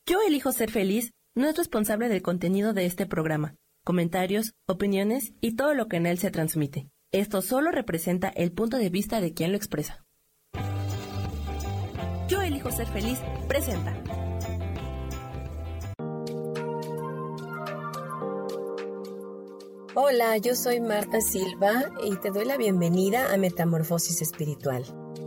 Yo elijo ser feliz no es responsable del contenido de este programa, comentarios, opiniones y todo lo que en él se transmite. Esto solo representa el punto de vista de quien lo expresa. Yo elijo ser feliz presenta. Hola, yo soy Marta Silva y te doy la bienvenida a Metamorfosis Espiritual.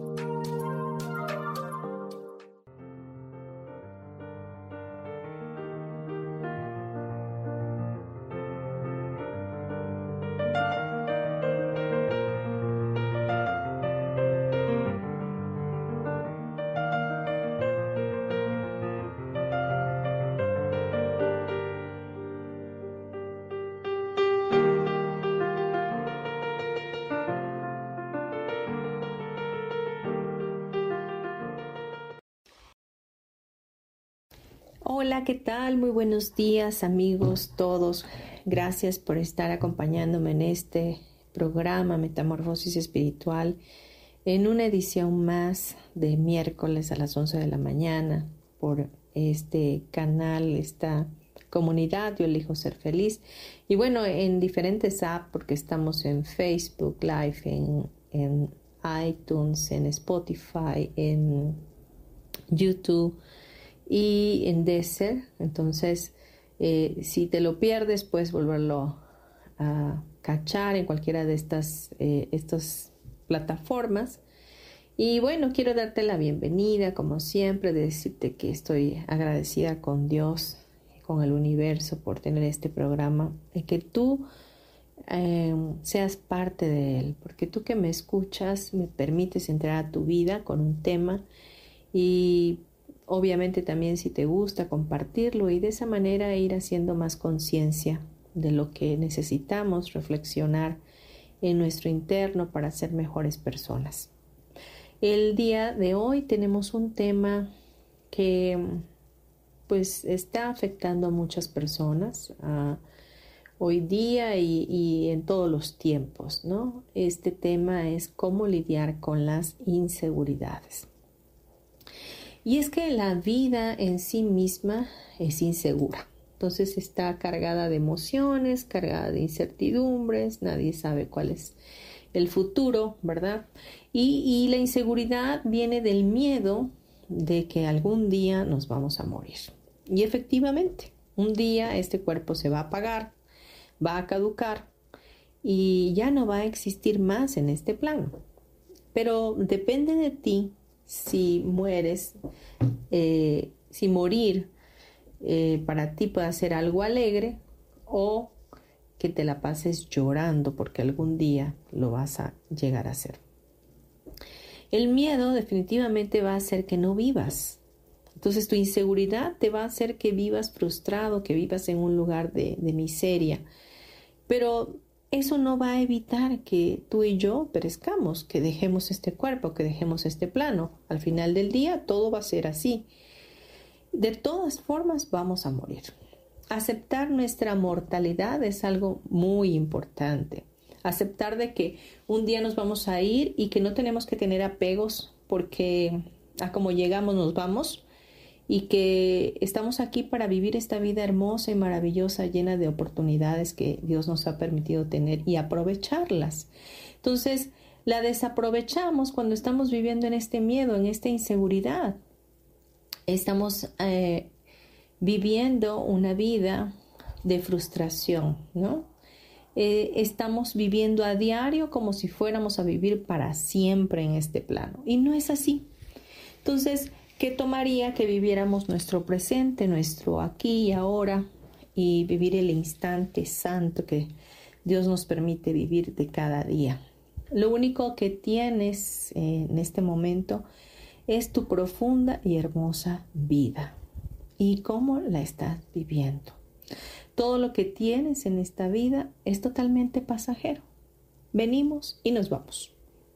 Hola, ¿qué tal? Muy buenos días, amigos todos. Gracias por estar acompañándome en este programa Metamorfosis Espiritual, en una edición más de miércoles a las 11 de la mañana por este canal, esta comunidad Yo Elijo Ser Feliz. Y bueno, en diferentes apps, porque estamos en Facebook Live, en iTunes, en Spotify, en YouTube y en Deezer. Entonces, si te lo pierdes, puedes volverlo a cachar en cualquiera de estas plataformas. Y bueno, quiero darte la bienvenida, como siempre, de decirte que estoy agradecida con Dios, con el universo, por tener este programa, y que tú seas parte de él, porque tú que me escuchas me permites entrar a tu vida con un tema y obviamente también, si te gusta, compartirlo y de esa manera ir haciendo más conciencia de lo que necesitamos reflexionar en nuestro interno para ser mejores personas. El día de hoy tenemos un tema que pues está afectando a muchas personas hoy día y en todos los tiempos, ¿no? Este tema es cómo lidiar con las inseguridades. Y es que la vida en sí misma es insegura. Entonces está cargada de emociones, cargada de incertidumbres, nadie sabe cuál es el futuro, ¿verdad? Y la inseguridad viene del miedo de que algún día nos vamos a morir. Y efectivamente, un día este cuerpo se va a apagar, va a caducar y ya no va a existir más en este plano. Pero depende de ti si mueres, si morir para ti puede ser algo alegre o que te la pases llorando porque algún día lo vas a llegar a hacer. El miedo definitivamente va a hacer que no vivas. Entonces tu inseguridad te va a hacer que vivas frustrado, que vivas en un lugar de miseria. Pero eso no va a evitar que tú y yo perezcamos, que dejemos este cuerpo, que dejemos este plano. Al final del día todo va a ser así. De todas formas vamos a morir. Aceptar nuestra mortalidad es algo muy importante. Aceptar de que un día nos vamos a ir y que no tenemos que tener apegos porque a como llegamos nos vamos, y que estamos aquí para vivir esta vida hermosa y maravillosa, llena de oportunidades que Dios nos ha permitido tener y aprovecharlas. Entonces, la desaprovechamos cuando estamos viviendo en este miedo, en esta inseguridad. Estamos viviendo una vida de frustración, ¿no? Estamos viviendo a diario como si fuéramos a vivir para siempre en este plano. Y no es así. Entonces, ¿qué tomaría que viviéramos nuestro presente, nuestro aquí y ahora, y vivir el instante santo que Dios nos permite vivir de cada día? Lo único que tienes en este momento es tu profunda y hermosa vida y cómo la estás viviendo. Todo lo que tienes en esta vida es totalmente pasajero. Venimos y nos vamos.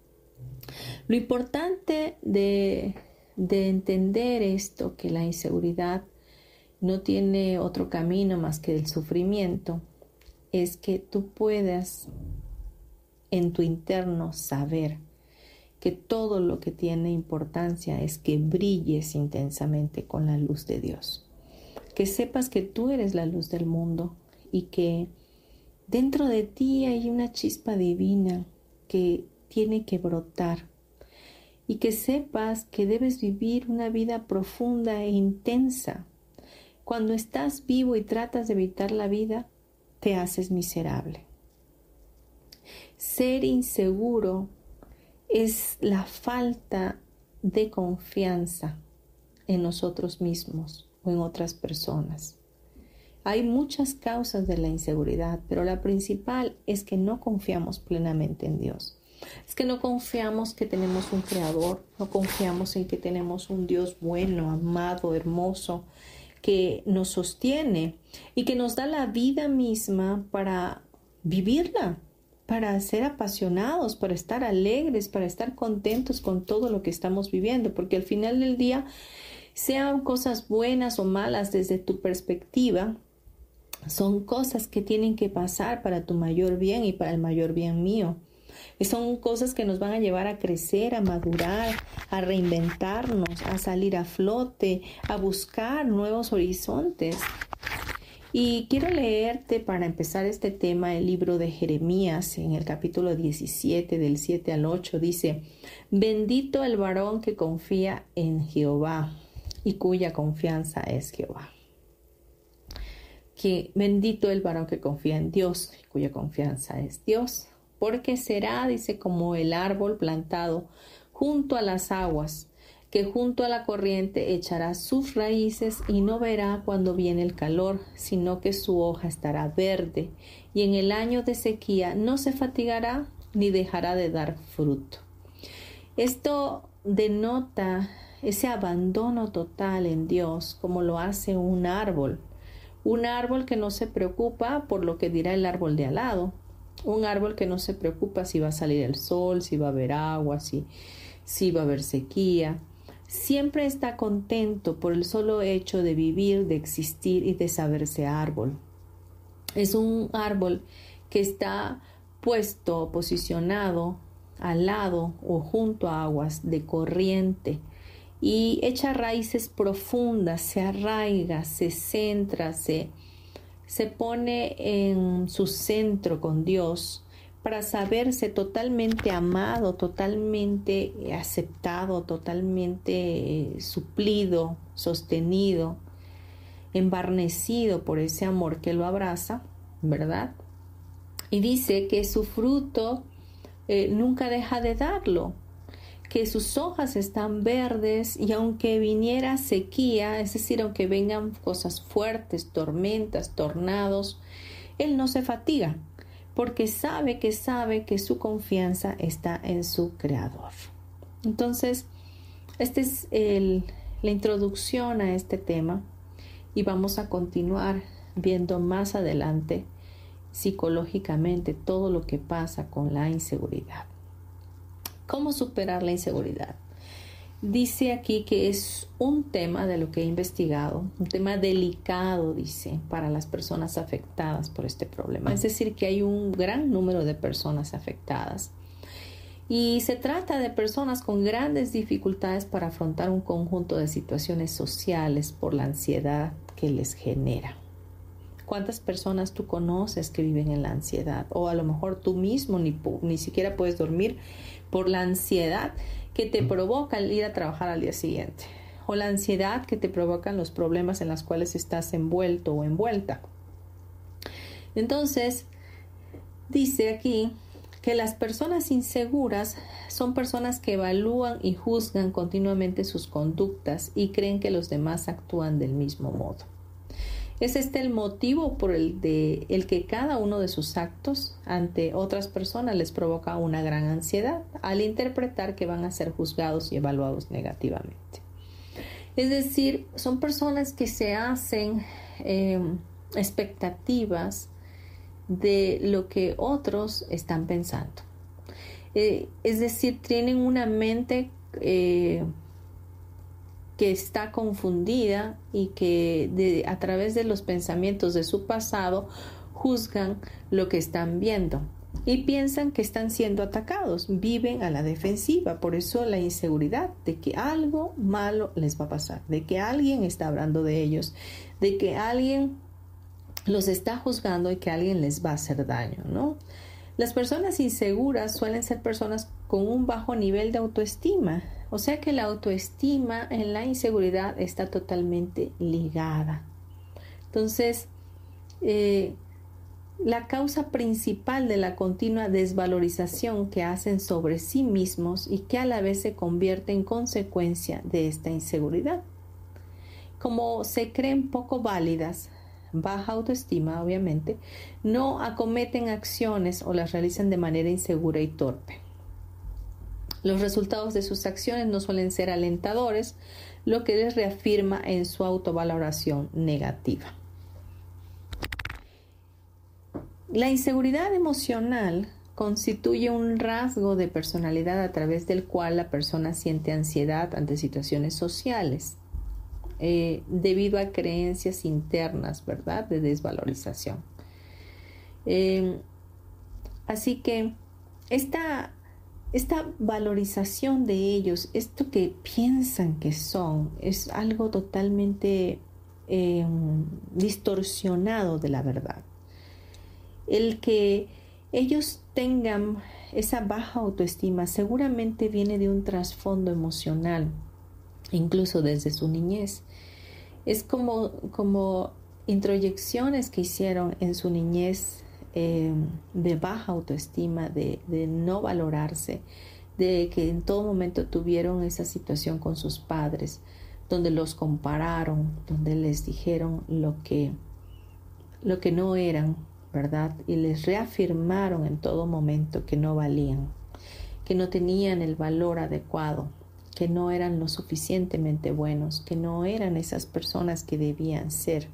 Lo importante de entender esto, que la inseguridad no tiene otro camino más que el sufrimiento, es que tú puedas en tu interno saber que todo lo que tiene importancia es que brilles intensamente con la luz de Dios. que sepas que tú eres la luz del mundo y que dentro de ti hay una chispa divina que tiene que brotar, y que sepas que debes vivir una vida profunda e intensa. Cuando estás vivo y tratas de evitar la vida, te haces miserable. Ser inseguro es la falta de confianza en nosotros mismos o en otras personas. Hay muchas causas de la inseguridad, pero la principal es que no confiamos plenamente en Dios. Es que no confiamos que tenemos un creador, no confiamos en que tenemos un Dios bueno, amado, hermoso, que nos sostiene y que nos da la vida misma para vivirla, para ser apasionados, para estar alegres, para estar contentos con todo lo que estamos viviendo, porque al final del día, sean cosas buenas o malas desde tu perspectiva, son cosas que tienen que pasar para tu mayor bien y para el mayor bien mío. Son cosas que nos van a llevar a crecer, a madurar, a reinventarnos, a salir a flote, a buscar nuevos horizontes. Y quiero leerte para empezar este tema el libro de Jeremías en el capítulo 17 del 7 al 8. Dice: bendito el varón que confía en Jehová y cuya confianza es Jehová. Que bendito el varón que confía en Dios y cuya confianza es Dios. Porque será, dice, como el árbol plantado junto a las aguas, que junto a la corriente echará sus raíces y no verá cuando viene el calor, sino que su hoja estará verde, y en el año de sequía no se fatigará ni dejará de dar fruto. Esto denota ese abandono total en Dios, como lo hace un árbol que no se preocupa por lo que dirá el árbol de al lado. Un árbol que no se preocupa si va a salir el sol, si va a haber agua, si va a haber sequía. Siempre está contento por el solo hecho de vivir, de existir y de saberse árbol. Es un árbol que está puesto, posicionado al lado o junto a aguas de corriente y echa raíces profundas, se arraiga, se centra, se pone en su centro con Dios para saberse totalmente amado, totalmente aceptado, totalmente suplido, sostenido, embarnecido por ese amor que lo abraza, ¿verdad? Y dice que su fruto nunca deja de darlo, que sus hojas están verdes y aunque viniera sequía, es decir, aunque vengan cosas fuertes, tormentas, tornados, él no se fatiga porque sabe que su confianza está en su Creador. Entonces, esta es la introducción a este tema y vamos a continuar viendo más adelante psicológicamente todo lo que pasa con la inseguridad. ¿Cómo superar la inseguridad? Dice aquí que es un tema de lo que he investigado, un tema delicado, dice, para las personas afectadas por este problema. Es decir, que hay un gran número de personas afectadas. Y se trata de personas con grandes dificultades para afrontar un conjunto de situaciones sociales por la ansiedad que les genera. ¿Cuántas personas tú conoces que viven en la ansiedad? O a lo mejor tú mismo ni siquiera puedes dormir por la ansiedad que te provoca el ir a trabajar al día siguiente, o la ansiedad que te provocan los problemas en los cuales estás envuelto o envuelta. Entonces, dice aquí que las personas inseguras son personas que evalúan y juzgan continuamente sus conductas y creen que los demás actúan del mismo modo. Es este el motivo por el que cada uno de sus actos ante otras personas les provoca una gran ansiedad al interpretar que van a ser juzgados y evaluados negativamente. Es decir, son personas que se hacen expectativas de lo que otros están pensando. Es decir, tienen una mente que está confundida y que a través de los pensamientos de su pasado juzgan lo que están viendo. y piensan que están siendo atacados, viven a la defensiva. Por eso la inseguridad de que algo malo les va a pasar, de que alguien está hablando de ellos, de que alguien los está juzgando y que alguien les va a hacer daño, ¿no? Las personas inseguras suelen ser personas con un bajo nivel de autoestima, o sea que la autoestima en la inseguridad está totalmente ligada. Entonces, la causa principal de la continua desvalorización que hacen sobre sí mismos y que a la vez se convierte en consecuencia de esta inseguridad. Como se creen poco válidas, baja autoestima obviamente, no acometen acciones o las realizan de manera insegura y torpe. Los resultados de sus acciones no suelen ser alentadores, lo que les reafirma en su autovaloración negativa. La inseguridad emocional constituye un rasgo de personalidad a través del cual la persona siente ansiedad ante situaciones sociales, debido a creencias internas, ¿verdad?, de desvalorización. Así que esta valorización de ellos, esto que piensan que son, es algo totalmente distorsionado de la verdad. El que ellos tengan esa baja autoestima seguramente viene de un trasfondo emocional, incluso desde su niñez. Es como introyecciones que hicieron en su niñez, de baja autoestima, de no valorarse, de que en todo momento tuvieron esa situación con sus padres, donde los compararon, donde les dijeron lo que no eran, ¿verdad? Y les reafirmaron en todo momento que no valían, que no tenían el valor adecuado, que no eran lo suficientemente buenos, que no eran esas personas que debían ser.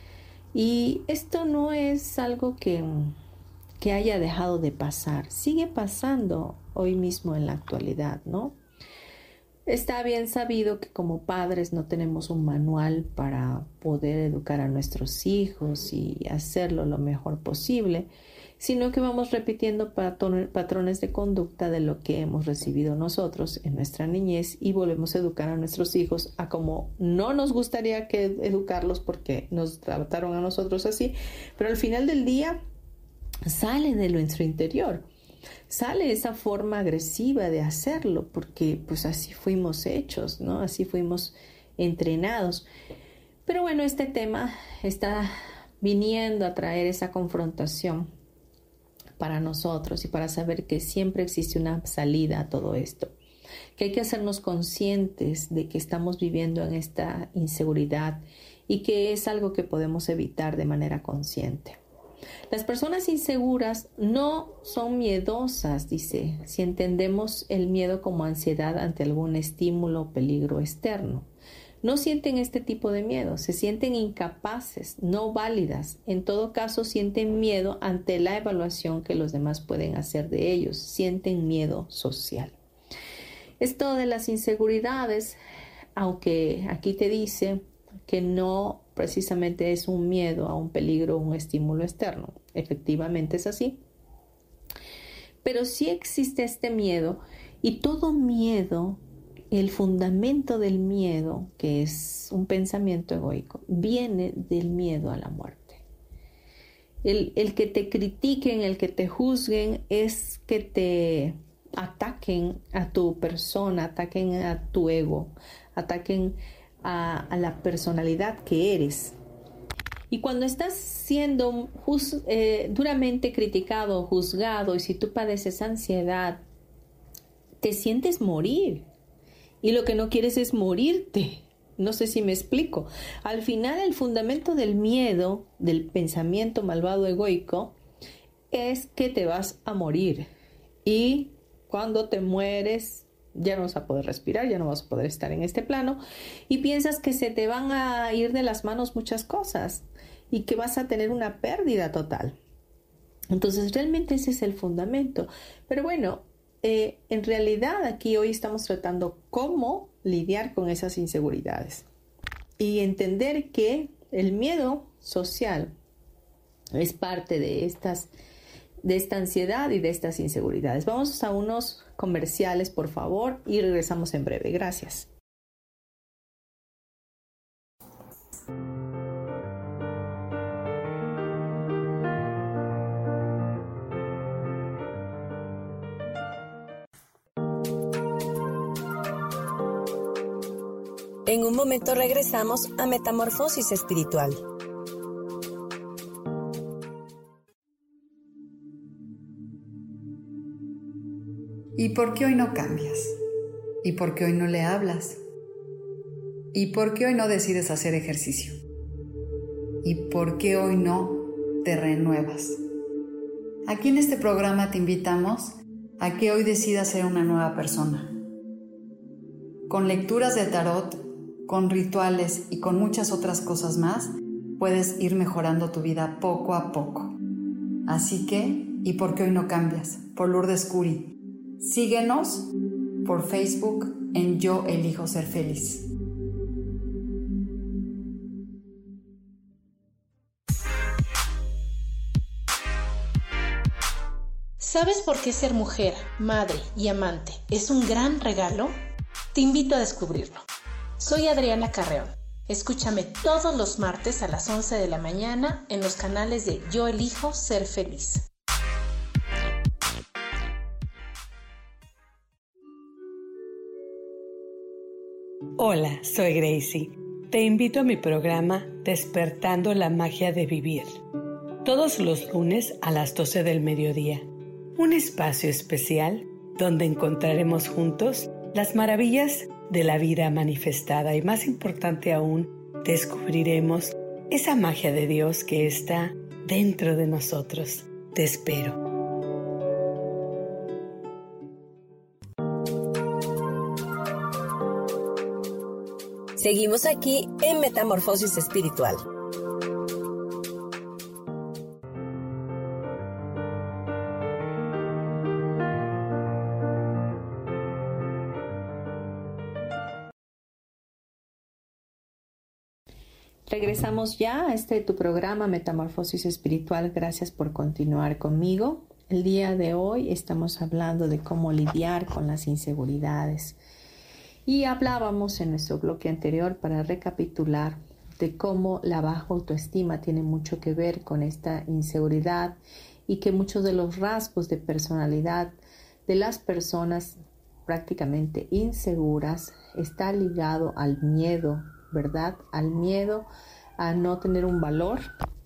Y esto no es algo que haya dejado de pasar, sigue pasando hoy mismo en la actualidad, ¿no? Está bien sabido que como padres no tenemos un manual para poder educar a nuestros hijos y hacerlo lo mejor posible, sino que vamos repitiendo patrones de conducta de lo que hemos recibido nosotros en nuestra niñez y volvemos a educar a nuestros hijos a como no nos gustaría que educarlos porque nos trataron a nosotros así, pero al final del día sale de nuestro interior. Sale esa forma agresiva de hacerlo porque pues así fuimos hechos, ¿no? Así fuimos entrenados. Pero bueno, este tema está viniendo a traer esa confrontación para nosotros y para saber que siempre existe una salida a todo esto. Que hay que hacernos conscientes de que estamos viviendo en esta inseguridad y que es algo que podemos evitar de manera consciente. Las personas inseguras no son miedosas, dice, si entendemos el miedo como ansiedad ante algún estímulo o peligro externo. No sienten este tipo de miedo, se sienten incapaces, no válidas. En todo caso, sienten miedo ante la evaluación que los demás pueden hacer de ellos. Sienten miedo social. Esto de las inseguridades, aunque aquí te dice que no precisamente es un miedo a un peligro o un estímulo externo. Efectivamente es así. Pero sí existe este miedo y todo miedo, el fundamento del miedo, que es un pensamiento egoico, viene del miedo a la muerte. El que te critiquen, el que te juzguen, es que te ataquen a tu persona, ataquen a tu ego, ataquen a la personalidad que eres. Y cuando estás siendo duramente criticado o juzgado, y si tú padeces ansiedad, te sientes morir. Y lo que no quieres es morirte. No sé si me explico. Al final, el fundamento del miedo, del pensamiento malvado egoico, es que te vas a morir. Y cuando te mueres, ya no vas a poder respirar, ya no vas a poder estar en este plano y piensas que se te van a ir de las manos muchas cosas y que vas a tener una pérdida total. Entonces realmente ese es el fundamento. Pero bueno, en realidad aquí hoy estamos tratando cómo lidiar con esas inseguridades y entender que el miedo social es parte de de esta ansiedad y de estas inseguridades. Vamos a unos comerciales, por favor, y regresamos en breve. Gracias. En un momento regresamos a Metamorfosis Espiritual. ¿Y por qué hoy no cambias? ¿Y por qué hoy no le hablas? ¿Y por qué hoy no decides hacer ejercicio? ¿Y por qué hoy no te renuevas? Aquí en este programa te invitamos a que hoy decidas ser una nueva persona. Con lecturas de tarot, con rituales y con muchas otras cosas más, puedes ir mejorando tu vida poco a poco. Así que, ¿y por qué hoy no cambias? Por Lourdes Curi. Síguenos por Facebook en Yo Elijo Ser Feliz. ¿Sabes por qué ser mujer, madre y amante es un gran regalo? Te invito a descubrirlo. Soy Adriana Carreón. Escúchame todos los martes a las 11 de la mañana en los canales de Yo Elijo Ser Feliz. Hola, soy Gracie. Te invito a mi programa Despertando la Magia de Vivir. Todos los lunes a las 12 del mediodía. Un espacio especial donde encontraremos juntos las maravillas de la vida manifestada y, más importante aún, descubriremos esa magia de Dios que está dentro de nosotros. Te espero. Seguimos aquí en Metamorfosis Espiritual. Regresamos ya a tu programa Metamorfosis Espiritual. Gracias por continuar conmigo. El día de hoy estamos hablando de cómo lidiar con las inseguridades. Y hablábamos en nuestro bloque anterior, para recapitular, de cómo la baja autoestima tiene mucho que ver con esta inseguridad y que muchos de los rasgos de personalidad de las personas prácticamente inseguras está ligado al miedo, ¿verdad? Al miedo a no tener un valor,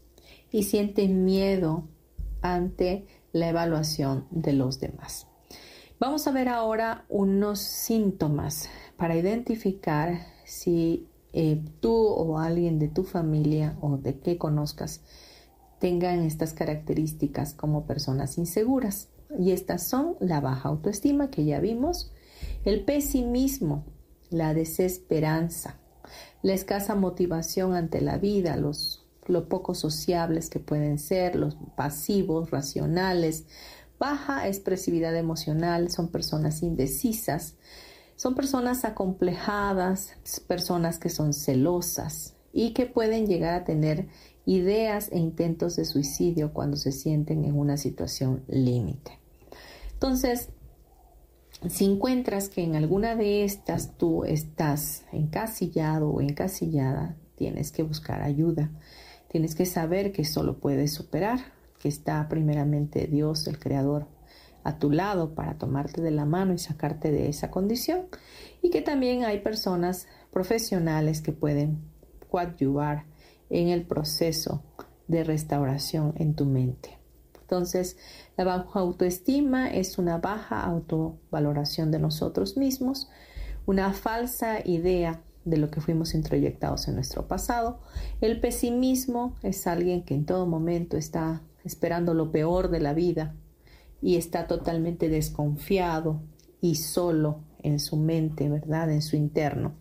y sienten miedo ante la evaluación de los demás. Vamos a ver ahora unos síntomas para identificar si tú o alguien de tu familia o de que conozcas tengan estas características como personas inseguras. Y estas son la baja autoestima, que ya vimos, el pesimismo, la desesperanza, la escasa motivación ante la vida, lo poco sociables que pueden ser, los pasivos, racionales, baja expresividad emocional, son personas indecisas, son personas acomplejadas, personas que son celosas y que pueden llegar a tener ideas e intentos de suicidio cuando se sienten en una situación límite. Entonces, si encuentras que en alguna de estas tú estás encasillado o encasillada, tienes que buscar ayuda. Tienes que saber que eso lo puedes superar, que está primeramente Dios, el Creador, a tu lado para tomarte de la mano y sacarte de esa condición, y que también hay personas profesionales que pueden coadyuvar en el proceso de restauración en tu mente. Entonces, la baja autoestima es una baja autovaloración de nosotros mismos, una falsa idea de lo que fuimos introyectados en nuestro pasado. El pesimismo es alguien que en todo momento está esperando lo peor de la vida y está totalmente desconfiado y solo en su mente, ¿verdad? En su interno.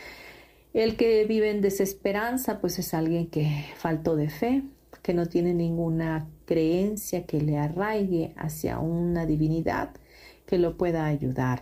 El que vive en desesperanza, pues es alguien que faltó de fe, que no tiene ninguna creencia que le arraigue hacia una divinidad que lo pueda ayudar.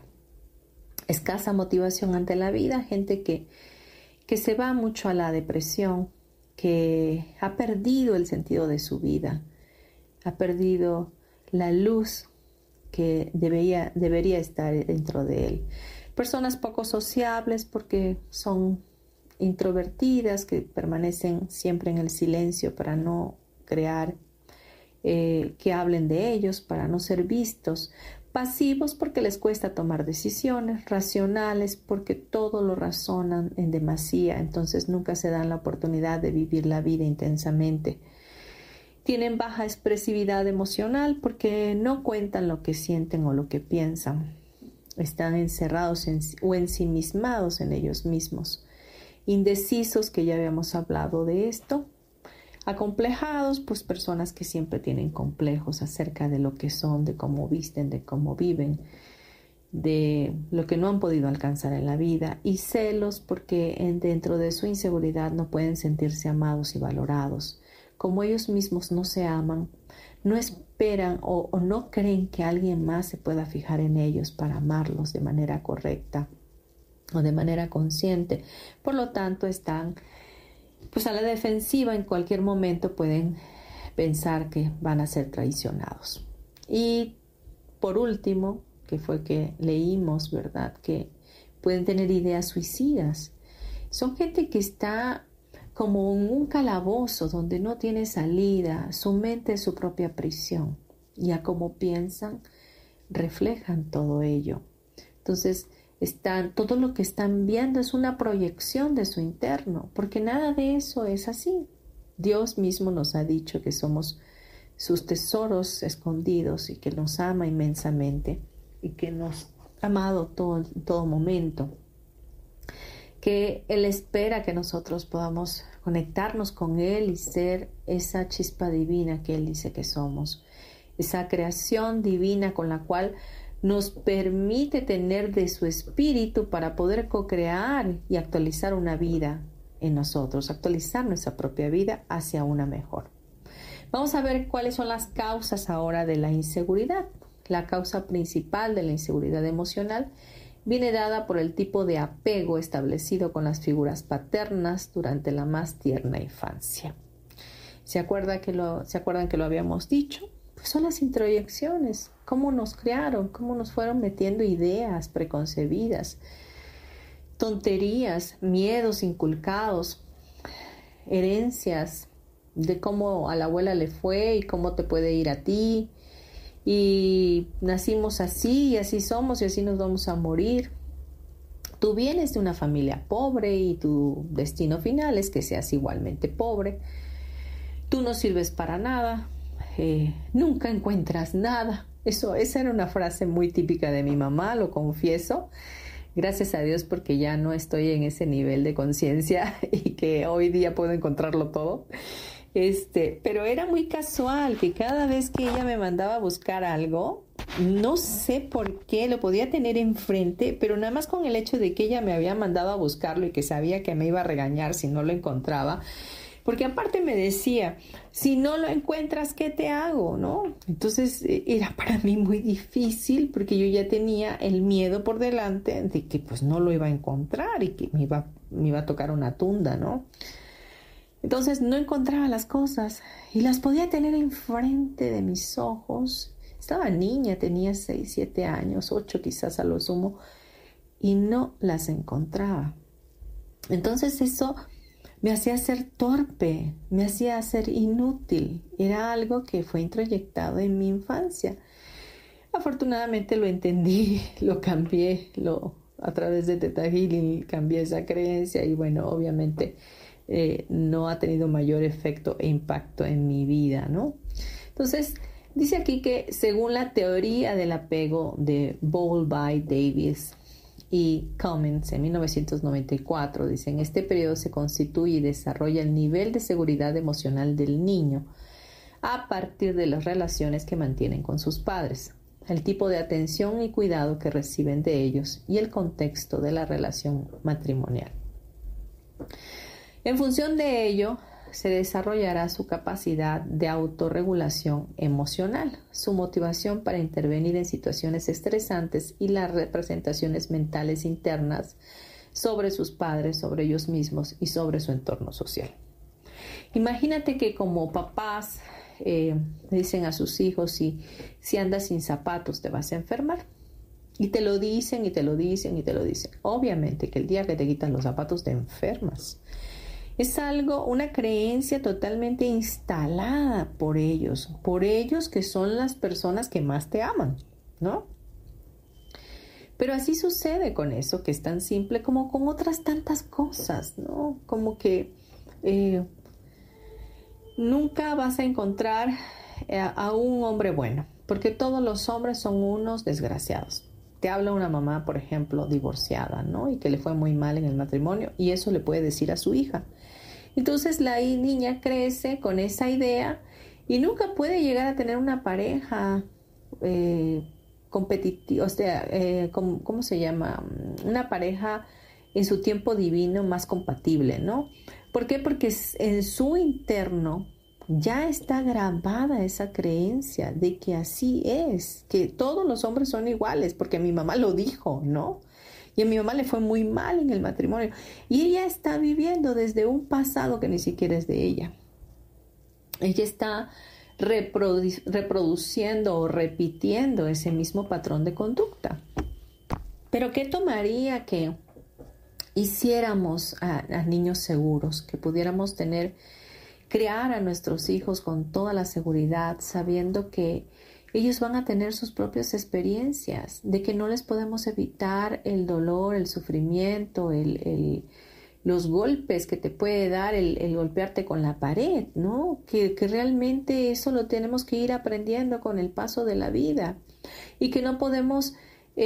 Escasa motivación ante la vida, gente que se va mucho a la depresión, que ha perdido el sentido de su vida, ha perdido la luz que debería estar dentro de él. Personas poco sociables porque son introvertidas, que permanecen siempre en el silencio para no crear que hablen de ellos, para no ser vistos. Pasivos porque les cuesta tomar decisiones. Racionales porque todo lo razonan en demasía, entonces nunca se dan la oportunidad de vivir la vida intensamente. Tienen baja expresividad emocional porque no cuentan lo que sienten o lo que piensan. Están encerrados o ensimismados en ellos mismos. Indecisos, que ya habíamos hablado de esto. Acomplejados, pues personas que siempre tienen complejos acerca de lo que son, de cómo visten, de cómo viven, de lo que no han podido alcanzar en la vida. Y celos porque dentro de su inseguridad no pueden sentirse amados y valorados. Como ellos mismos no se aman, no esperan o no creen que alguien más se pueda fijar en ellos para amarlos de manera correcta o de manera consciente. Por lo tanto, están pues a la defensiva. En cualquier momento pueden pensar que van a ser traicionados. Y por último, que fue que leímos, ¿verdad?, que pueden tener ideas suicidas. Son gente que está como en un calabozo donde no tiene salida. Su mente es su propia prisión. Y a cómo piensan, reflejan todo ello. Entonces, todo lo que están viendo es una proyección de su interno, porque nada de eso es así. Dios mismo nos ha dicho que somos sus tesoros escondidos y que nos ama inmensamente y que nos ha amado en todo momento. Que Él espera que nosotros podamos conectarnos con Él y ser esa chispa divina que Él dice que somos. Esa creación divina con la cual nos permite tener de su espíritu para poder co-crear y actualizar una vida en nosotros, actualizar nuestra propia vida hacia una mejor. Vamos a ver cuáles son las causas ahora de la inseguridad. La causa principal de la inseguridad emocional viene dada por el tipo de apego establecido con las figuras paternas durante la más tierna infancia. ¿Se acuerdan que lo habíamos dicho? Pues son las introyecciones, cómo nos criaron, cómo nos fueron metiendo ideas preconcebidas, tonterías, miedos inculcados, herencias de cómo a la abuela le fue y cómo te puede ir a ti. Y nacimos así y así somos y así nos vamos a morir. Tú vienes de una familia pobre y tu destino final es que seas igualmente pobre. Tú no sirves para nada. Nunca encuentras nada. Esa era una frase muy típica de mi mamá, lo confieso. Gracias a Dios porque ya no estoy en ese nivel de conciencia y que hoy día puedo encontrarlo todo. Pero era muy casual que cada vez que ella me mandaba a buscar algo, no sé por qué, lo podía tener enfrente, pero nada más con el hecho de que ella me había mandado a buscarlo y que sabía que me iba a regañar si no lo encontraba, porque aparte me decía, si no lo encuentras, ¿qué te hago?, ¿no? Entonces era para mí muy difícil porque yo ya tenía el miedo por delante de que pues no lo iba a encontrar y que me iba a tocar una tunda, ¿no? Entonces no encontraba las cosas y las podía tener enfrente de mis ojos. Estaba niña, tenía 6, 7 años, 8 quizás a lo sumo, y no las encontraba. Entonces eso me hacía ser torpe, me hacía ser inútil. Era algo que fue introyectado en mi infancia. Afortunadamente lo entendí, lo cambié, a través de Theta Healing cambié esa creencia y bueno, obviamente no ha tenido mayor efecto e impacto en mi vida, ¿no? Entonces, dice aquí que según la teoría del apego de Bowlby, Davis y Cummins en 1994, dice, en este periodo se constituye y desarrolla el nivel de seguridad emocional del niño a partir de las relaciones que mantienen con sus padres, el tipo de atención y cuidado que reciben de ellos y el contexto de la relación matrimonial. En función de ello, se desarrollará su capacidad de autorregulación emocional, su motivación para intervenir en situaciones estresantes y las representaciones mentales internas sobre sus padres, sobre ellos mismos y sobre su entorno social. Imagínate que como papás le dicen a sus hijos, si andas sin zapatos te vas a enfermar. Y te lo dicen y te lo dicen y te lo dicen. Obviamente que el día que te quitan los zapatos te enfermas. Es una creencia totalmente instalada por ellos que son las personas que más te aman, ¿no? Pero así sucede con eso, que es tan simple como con otras tantas cosas, ¿no? Como que nunca vas a encontrar a un hombre bueno, porque todos los hombres son unos desgraciados. Te habla una mamá, por ejemplo, divorciada, ¿no? Y que le fue muy mal en el matrimonio, y eso le puede decir a su hija. Entonces la niña crece con esa idea y nunca puede llegar a tener una pareja competitiva, o sea, ¿cómo se llama? Una pareja en su tiempo divino más compatible, ¿no? ¿Por qué? Porque en su interno ya está grabada esa creencia de que así es, que todos los hombres son iguales, porque mi mamá lo dijo, ¿no? Y a mi mamá le fue muy mal en el matrimonio. Y ella está viviendo desde un pasado que ni siquiera es de ella. Ella está reproduciendo o repitiendo ese mismo patrón de conducta. Pero ¿qué tomaría que hiciéramos a niños seguros, que pudiéramos crear a nuestros hijos con toda la seguridad, sabiendo que ellos van a tener sus propias experiencias, de que no les podemos evitar el dolor, el sufrimiento, los golpes que te puede dar el golpearte con la pared, ¿no? Que realmente eso lo tenemos que ir aprendiendo con el paso de la vida y que no podemos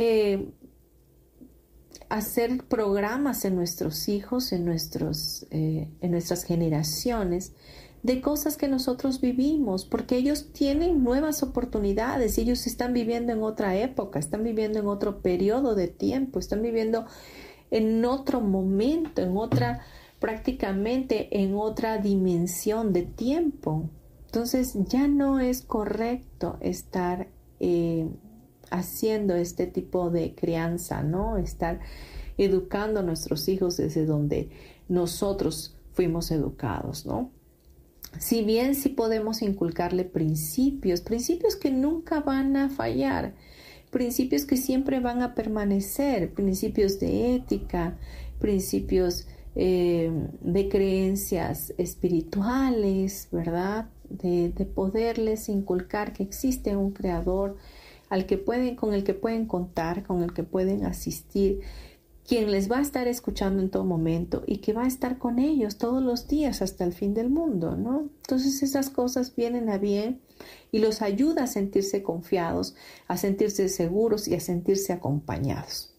hacer programas en nuestros hijos, en nuestras generaciones, de cosas que nosotros vivimos, porque ellos tienen nuevas oportunidades, ellos están viviendo en otra época, están viviendo en otro periodo de tiempo, están viviendo en otro momento, prácticamente en otra dimensión de tiempo. Entonces ya no es correcto estar haciendo este tipo de crianza, ¿no? Estar educando a nuestros hijos desde donde nosotros fuimos educados, ¿no? Si bien sí podemos inculcarle principios que nunca van a fallar, principios que siempre van a permanecer, principios de ética, principios de creencias espirituales, ¿verdad? De poderles inculcar que existe un creador con el que pueden contar, con el que pueden asistir, quien les va a estar escuchando en todo momento y que va a estar con ellos todos los días hasta el fin del mundo, ¿no? Entonces esas cosas vienen a bien y los ayuda a sentirse confiados, a sentirse seguros y a sentirse acompañados.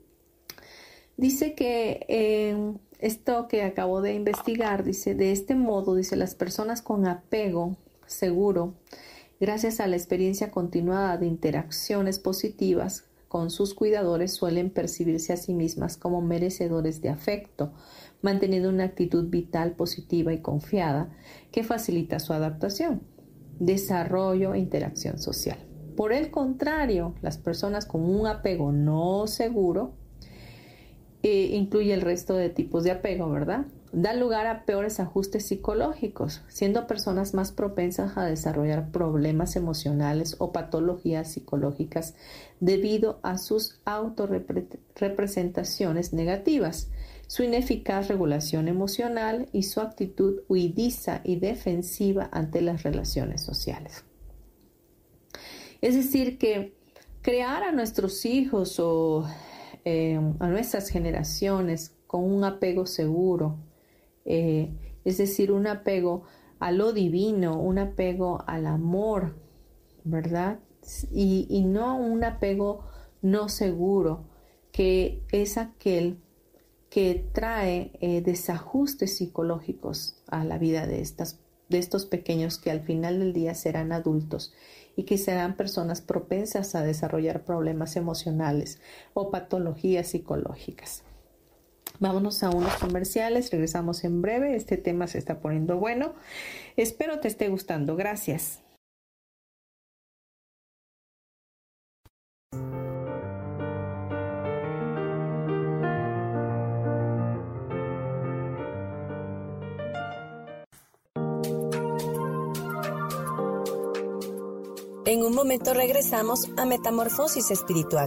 Dice que esto que acabo de investigar, dice, de este modo, dice, las personas con apego seguro, gracias a la experiencia continuada de interacciones positivas con sus cuidadores, suelen percibirse a sí mismas como merecedores de afecto, manteniendo una actitud vital positiva y confiada que facilita su adaptación, desarrollo e interacción social. Por el contrario, las personas con un apego no seguro, incluye el resto de tipos de apego, ¿verdad? Da lugar a peores ajustes psicológicos, siendo personas más propensas a desarrollar problemas emocionales o patologías psicológicas debido a sus autorrepresentaciones negativas, su ineficaz regulación emocional y su actitud huidiza y defensiva ante las relaciones sociales. Es decir, que crear a nuestros hijos o a nuestras generaciones con un apego seguro, es decir, un apego a lo divino, un apego al amor, ¿verdad? Y no un apego no seguro, que es aquel que trae desajustes psicológicos a la vida de estos pequeños que al final del día serán adultos y que serán personas propensas a desarrollar problemas emocionales o patologías psicológicas. Vámonos a unos comerciales, regresamos en breve. Este tema se está poniendo bueno. Espero te esté gustando. Gracias. En un momento regresamos a Metamorfosis Espiritual.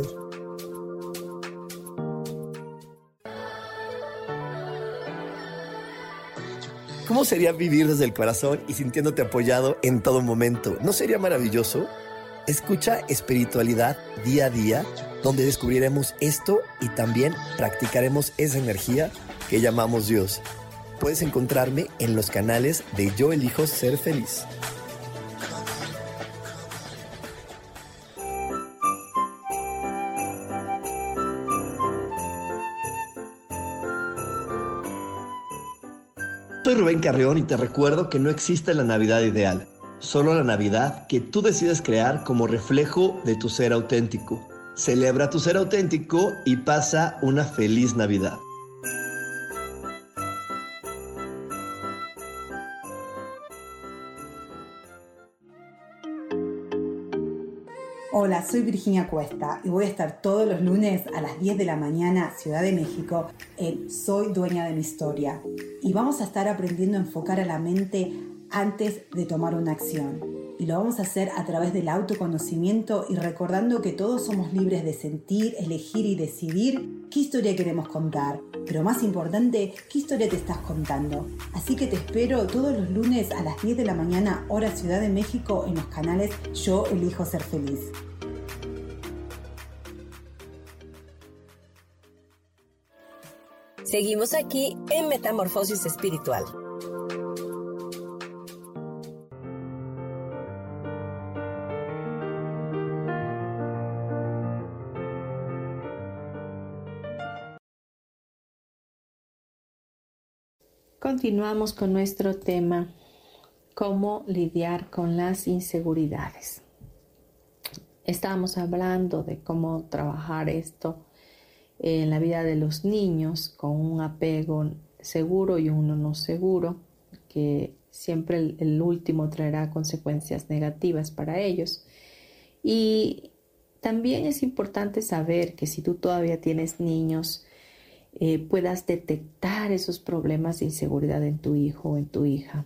¿Cómo sería vivir desde el corazón y sintiéndote apoyado en todo momento? ¿No sería maravilloso? Escucha Espiritualidad día a día, donde descubriremos esto y también practicaremos esa energía que llamamos Dios. Puedes encontrarme en los canales de Yo Elijo Ser Feliz. Soy Rubén Carrión y te recuerdo que no existe la Navidad ideal, solo la Navidad que tú decides crear como reflejo de tu ser auténtico. Celebra tu ser auténtico y pasa una feliz Navidad. Hola, soy Virginia Cuesta y voy a estar todos los lunes a las 10 de la mañana, Ciudad de México, en Soy Dueña de mi Historia. Y vamos a estar aprendiendo a enfocar a la mente antes de tomar una acción. Y lo vamos a hacer a través del autoconocimiento y recordando que todos somos libres de sentir, elegir y decidir qué historia queremos contar. Pero más importante, qué historia te estás contando. Así que te espero todos los lunes a las 10 de la mañana, hora Ciudad de México, en los canales Yo Elijo Ser Feliz. Seguimos aquí en Metamorfosis Espiritual. Continuamos con nuestro tema, cómo lidiar con las inseguridades. Estábamos hablando de cómo trabajar esto en la vida de los niños con un apego seguro y uno no seguro, que siempre el último traerá consecuencias negativas para ellos. Y también es importante saber que si tú todavía tienes niños, puedas detectar esos problemas de inseguridad en tu hijo o en tu hija.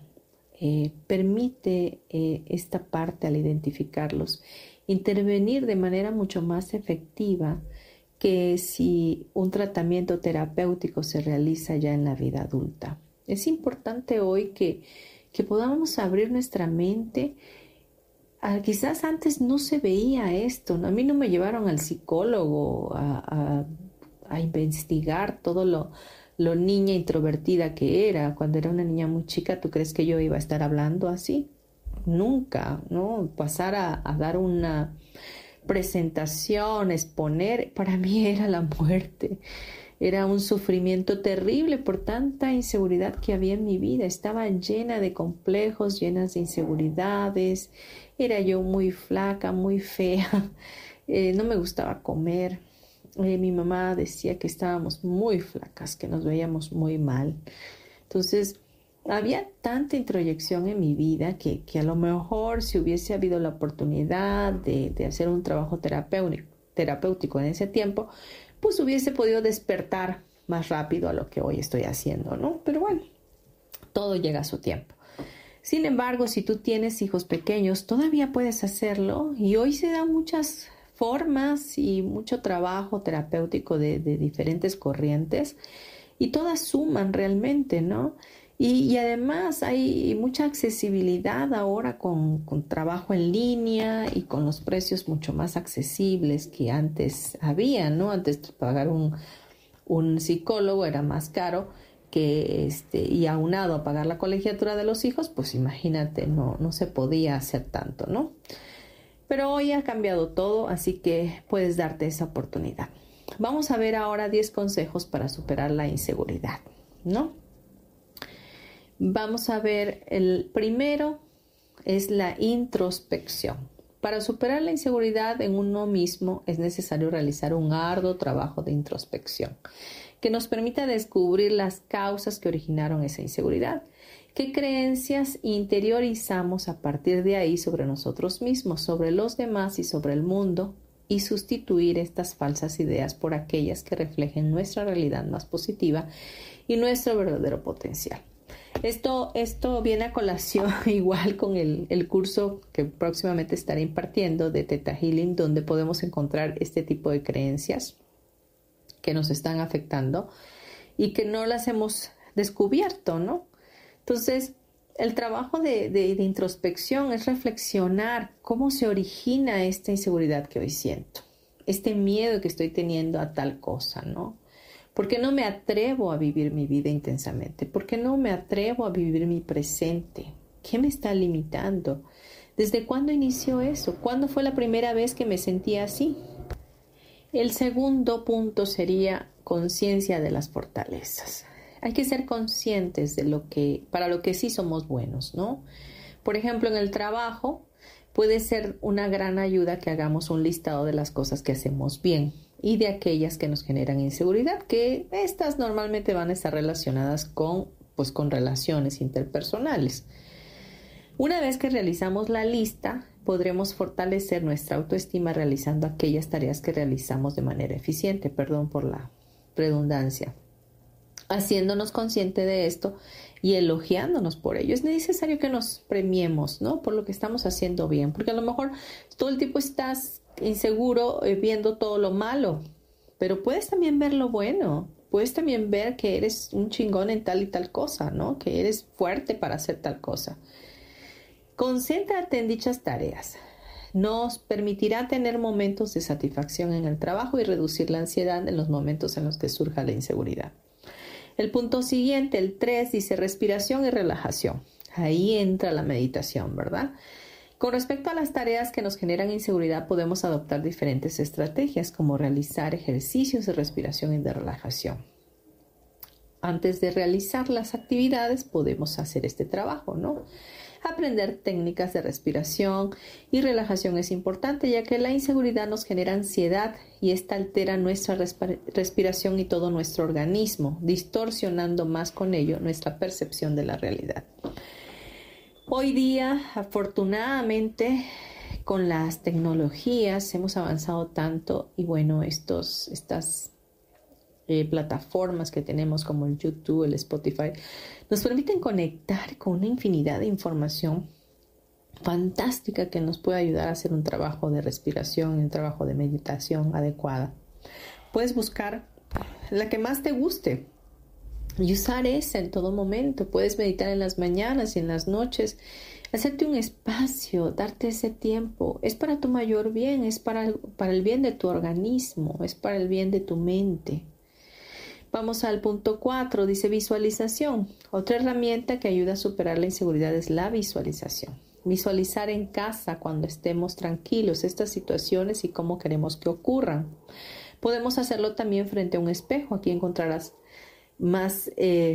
Permite esta parte al identificarlos, intervenir de manera mucho más efectiva que si un tratamiento terapéutico se realiza ya en la vida adulta. Es importante hoy que podamos abrir nuestra mente. Quizás antes no se veía esto, ¿no? A mí no me llevaron al psicólogo a investigar todo lo niña introvertida que era. Cuando era una niña muy chica, ¿tú crees que yo iba a estar hablando así? Nunca, ¿no? Pasar a dar una presentación, exponer, para mí era la muerte. Era un sufrimiento terrible por tanta inseguridad que había en mi vida. Estaba llena de complejos, llenas de inseguridades. Era yo muy flaca, muy fea. No me gustaba comer. Mi mamá decía que estábamos muy flacas, que nos veíamos muy mal. Entonces, había tanta introyección en mi vida que a lo mejor si hubiese habido la oportunidad de hacer un trabajo terapéutico en ese tiempo, pues hubiese podido despertar más rápido a lo que hoy estoy haciendo, ¿no? Pero bueno, todo llega a su tiempo. Sin embargo, si tú tienes hijos pequeños, todavía puedes hacerlo y hoy se dan muchas formas y mucho trabajo terapéutico de diferentes corrientes y todas suman realmente, ¿no? Y además hay mucha accesibilidad ahora con trabajo en línea y con los precios mucho más accesibles que antes había, ¿no? Antes pagar un psicólogo era más caro y aunado a pagar la colegiatura de los hijos, pues imagínate, no se podía hacer tanto, ¿no? Pero hoy ha cambiado todo, así que puedes darte esa oportunidad. Vamos a ver ahora 10 consejos para superar la inseguridad, ¿no? Vamos a ver, el primero es la introspección. Para superar la inseguridad en uno mismo es necesario realizar un arduo trabajo de introspección que nos permita descubrir las causas que originaron esa inseguridad. ¿Qué creencias interiorizamos a partir de ahí sobre nosotros mismos, sobre los demás y sobre el mundo? Y sustituir estas falsas ideas por aquellas que reflejen nuestra realidad más positiva y nuestro verdadero potencial. Esto viene a colación igual con el curso que próximamente estaré impartiendo de Theta Healing, donde podemos encontrar este tipo de creencias que nos están afectando y que no las hemos descubierto, ¿no? Entonces, el trabajo de introspección es reflexionar cómo se origina esta inseguridad que hoy siento, este miedo que estoy teniendo a tal cosa, ¿no? ¿Por qué no me atrevo a vivir mi vida intensamente? ¿Por qué no me atrevo a vivir mi presente? ¿Qué me está limitando? ¿Desde cuándo inició eso? ¿Cuándo fue la primera vez que me sentía así? El segundo punto sería conciencia de las fortalezas. Hay que ser conscientes de para lo que sí somos buenos, ¿no? Por ejemplo, en el trabajo puede ser una gran ayuda que hagamos un listado de las cosas que hacemos bien y de aquellas que nos generan inseguridad, que estas normalmente van a estar relacionadas con relaciones interpersonales. Una vez que realizamos la lista, podremos fortalecer nuestra autoestima realizando aquellas tareas que realizamos de manera eficiente, perdón por la redundancia, haciéndonos consciente de esto y elogiándonos por ello. Es necesario que nos premiemos, ¿no? Por lo que estamos haciendo bien, porque a lo mejor todo el tiempo estás inseguro viendo todo lo malo, pero puedes también ver lo bueno, puedes también ver que eres un chingón en tal y tal cosa, ¿no? Que eres fuerte para hacer tal cosa. Concéntrate en dichas tareas. Nos permitirá tener momentos de satisfacción en el trabajo y reducir la ansiedad en los momentos en los que surja la inseguridad. El punto siguiente, el 3, dice respiración y relajación. Ahí entra la meditación, ¿verdad? Con respecto a las tareas que nos generan inseguridad, podemos adoptar diferentes estrategias como realizar ejercicios de respiración y de relajación. Antes de realizar las actividades podemos hacer este trabajo, ¿no? Aprender técnicas de respiración y relajación es importante, ya que la inseguridad nos genera ansiedad y esta altera nuestra respiración y todo nuestro organismo, distorsionando más con ello nuestra percepción de la realidad. Hoy día, afortunadamente, con las tecnologías hemos avanzado tanto y bueno, estas plataformas que tenemos como el YouTube, el Spotify, nos permiten conectar con una infinidad de información fantástica que nos puede ayudar a hacer un trabajo de respiración, un trabajo de meditación adecuada. Puedes buscar la que más te guste y usar esa en todo momento. Puedes meditar en las mañanas y en las noches, hacerte un espacio, darte ese tiempo. Es para tu mayor bien, es para el bien de tu organismo, es para el bien de tu mente. Vamos al punto 4, dice visualización. Otra herramienta que ayuda a superar la inseguridad es la visualización. Visualizar en casa cuando estemos tranquilos estas situaciones y cómo queremos que ocurran. Podemos hacerlo también frente a un espejo. Aquí encontrarás más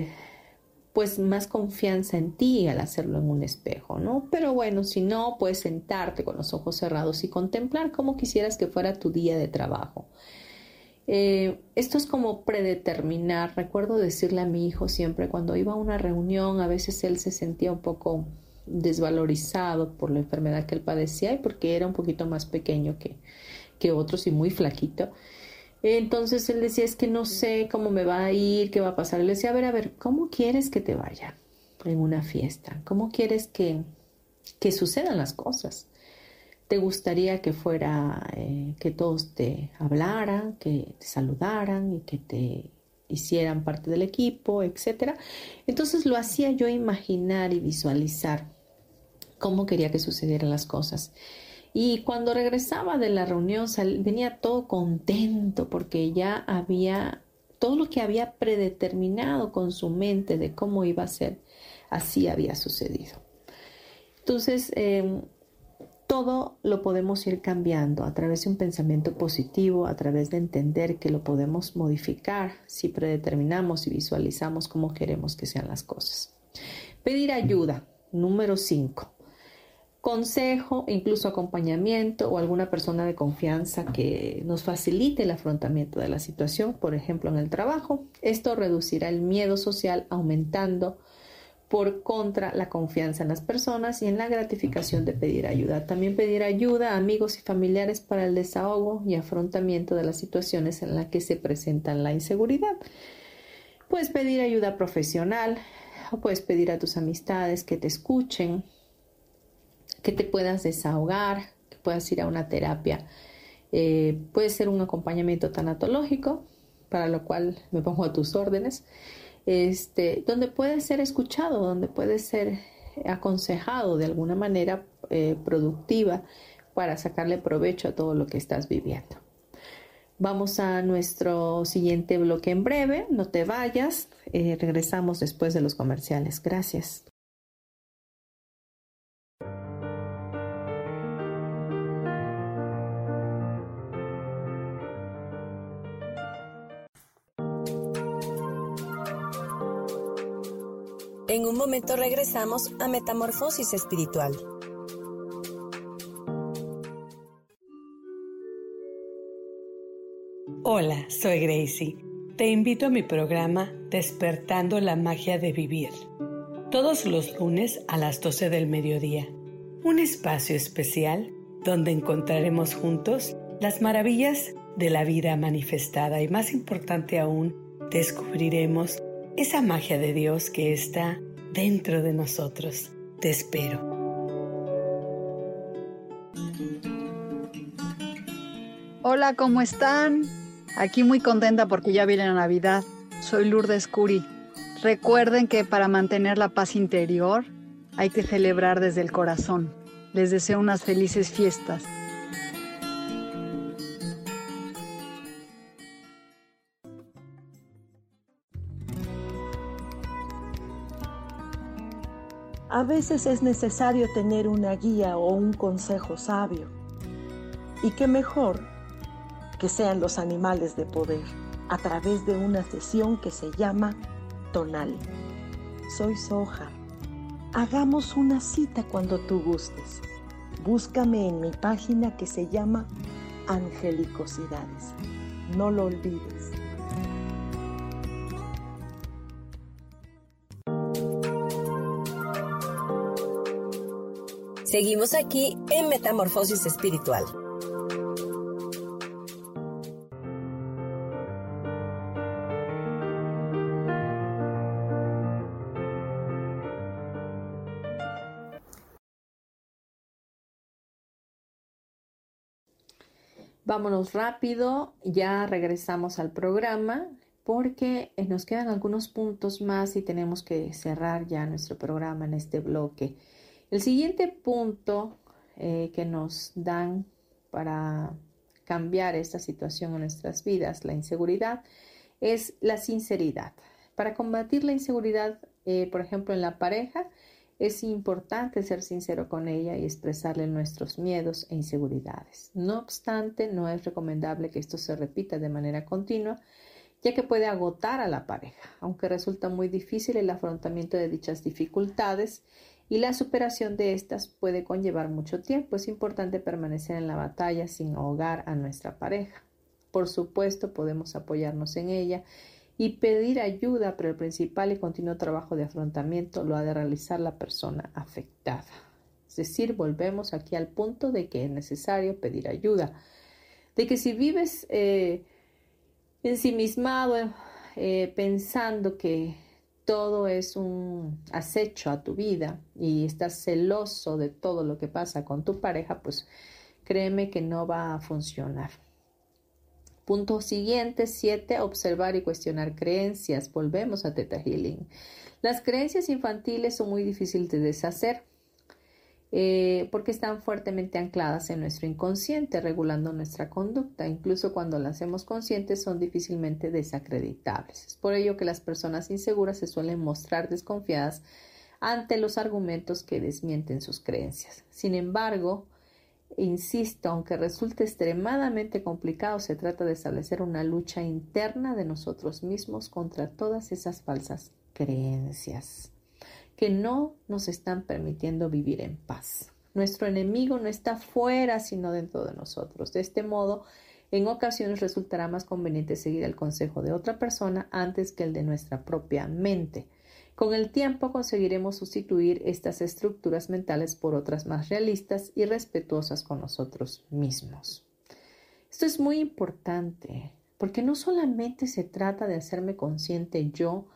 confianza en ti al hacerlo en un espejo, ¿no? Pero bueno, si no, puedes sentarte con los ojos cerrados y contemplar cómo quisieras que fuera tu día de trabajo. Esto es como predeterminar. Recuerdo decirle a mi hijo siempre cuando iba a una reunión, a veces él se sentía un poco desvalorizado por la enfermedad que él padecía y porque era un poquito más pequeño que otros y muy flaquito. Entonces él decía, es que no sé cómo me va a ir, qué va a pasar. Él decía, a ver, ¿cómo quieres que te vaya en una fiesta? ¿Cómo quieres que sucedan las cosas? ¿Te gustaría que fuera, que todos te hablaran, que te saludaran y que te hicieran parte del equipo, etcétera? Entonces lo hacía yo imaginar y visualizar cómo quería que sucedieran las cosas. Y cuando regresaba de la reunión venía todo contento porque ya había todo lo que había predeterminado con su mente de cómo iba a ser, así había sucedido. Entonces, todo lo podemos ir cambiando a través de un pensamiento positivo, a través de entender que lo podemos modificar si predeterminamos y visualizamos cómo queremos que sean las cosas. Pedir ayuda, número 5. Consejo, incluso acompañamiento o alguna persona de confianza que nos facilite el afrontamiento de la situación, por ejemplo en el trabajo. Esto reducirá el miedo social, aumentando por contra la confianza en las personas y en la gratificación de pedir ayuda. También pedir ayuda a amigos y familiares para el desahogo y afrontamiento de las situaciones en las que se presentan la inseguridad. Puedes pedir ayuda profesional o puedes pedir a tus amistades que te escuchen, que te puedas desahogar, que puedas ir a una terapia. Puede ser un acompañamiento tanatológico, para lo cual me pongo a tus órdenes, donde puedes ser escuchado, donde puedes ser aconsejado de alguna manera productiva para sacarle provecho a todo lo que estás viviendo. Vamos a nuestro siguiente bloque en breve, no te vayas, regresamos después de los comerciales. Gracias. En un momento regresamos a Metamorfosis Espiritual. Hola, soy Gracie. Te invito a mi programa Despertando la Magia de Vivir. Todos los lunes a las 12 del mediodía. Un espacio especial donde encontraremos juntos las maravillas de la vida manifestada y, más importante aún, descubriremos esa magia de Dios que está dentro de nosotros. Te espero. Hola, ¿cómo están? Aquí muy contenta porque ya viene la Navidad. Soy Lourdes Curi. Recuerden que para mantener la paz interior hay que celebrar desde el corazón. Les deseo unas felices fiestas. A veces es necesario tener una guía o un consejo sabio. Y qué mejor que sean los animales de poder a través de una sesión que se llama Tonal. Soy Soja. Hagamos una cita cuando tú gustes. Búscame en mi página que se llama Angelicosidades. No lo olvides. Seguimos aquí en Metamorfosis Espiritual. Vámonos rápido, ya regresamos al programa porque nos quedan algunos puntos más y tenemos que cerrar ya nuestro programa en este bloque. El siguiente punto que nos dan para cambiar esta situación en nuestras vidas, la inseguridad, es la sinceridad. Para combatir la inseguridad, por ejemplo, en la pareja, es importante ser sincero con ella y expresarle nuestros miedos e inseguridades. No obstante, no es recomendable que esto se repita de manera continua, ya que puede agotar a la pareja, aunque resulta muy difícil el afrontamiento de dichas dificultades y la superación de estas puede conllevar mucho tiempo. Es importante permanecer en la batalla sin ahogar a nuestra pareja. Por supuesto, podemos apoyarnos en ella y pedir ayuda, pero el principal y continuo trabajo de afrontamiento lo ha de realizar la persona afectada. Es decir, volvemos aquí al punto de que es necesario pedir ayuda, de que si vives ensimismado, pensando que todo es un acecho a tu vida y estás celoso de todo lo que pasa con tu pareja, pues créeme que no va a funcionar. Punto siguiente, 7, observar y cuestionar creencias. Volvemos a Theta Healing. Las creencias infantiles son muy difíciles de deshacer porque están fuertemente ancladas en nuestro inconsciente, regulando nuestra conducta. Incluso cuando las hacemos conscientes, son difícilmente desacreditables. Es por ello que las personas inseguras se suelen mostrar desconfiadas ante los argumentos que desmienten sus creencias. Sin embargo, insisto, aunque resulte extremadamente complicado, se trata de establecer una lucha interna de nosotros mismos contra todas esas falsas creencias que no nos están permitiendo vivir en paz. Nuestro enemigo no está fuera, sino dentro de nosotros. De este modo, en ocasiones resultará más conveniente seguir el consejo de otra persona antes que el de nuestra propia mente. Con el tiempo conseguiremos sustituir estas estructuras mentales por otras más realistas y respetuosas con nosotros mismos. Esto es muy importante, porque no solamente se trata de hacerme consciente yo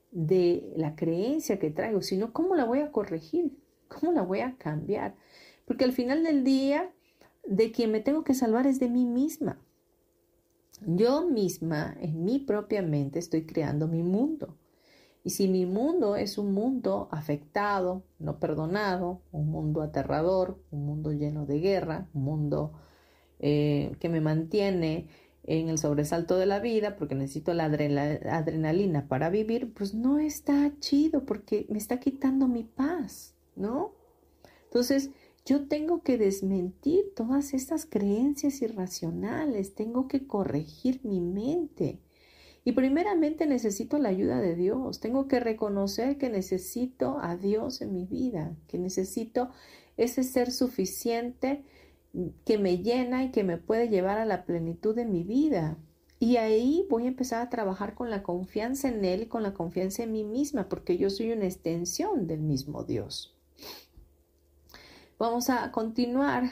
de la creencia que traigo, sino cómo la voy a corregir, cómo la voy a cambiar. Porque al final del día, de quien me tengo que salvar es de mí misma. Yo misma, en mi propia mente, estoy creando mi mundo. Y si mi mundo es un mundo afectado, no perdonado, un mundo aterrador, un mundo lleno de guerra, un mundo que me mantiene en el sobresalto de la vida porque necesito la adrenalina para vivir, pues no está chido porque me está quitando mi paz, ¿no? Entonces, yo tengo que desmentir todas estas creencias irracionales, tengo que corregir mi mente. Y primeramente necesito la ayuda de Dios, tengo que reconocer que necesito a Dios en mi vida, que necesito ese ser suficiente que me llena y que me puede llevar a la plenitud de mi vida. Y ahí voy a empezar a trabajar con la confianza en Él y con la confianza en mí misma, porque yo soy una extensión del mismo Dios. Vamos a continuar.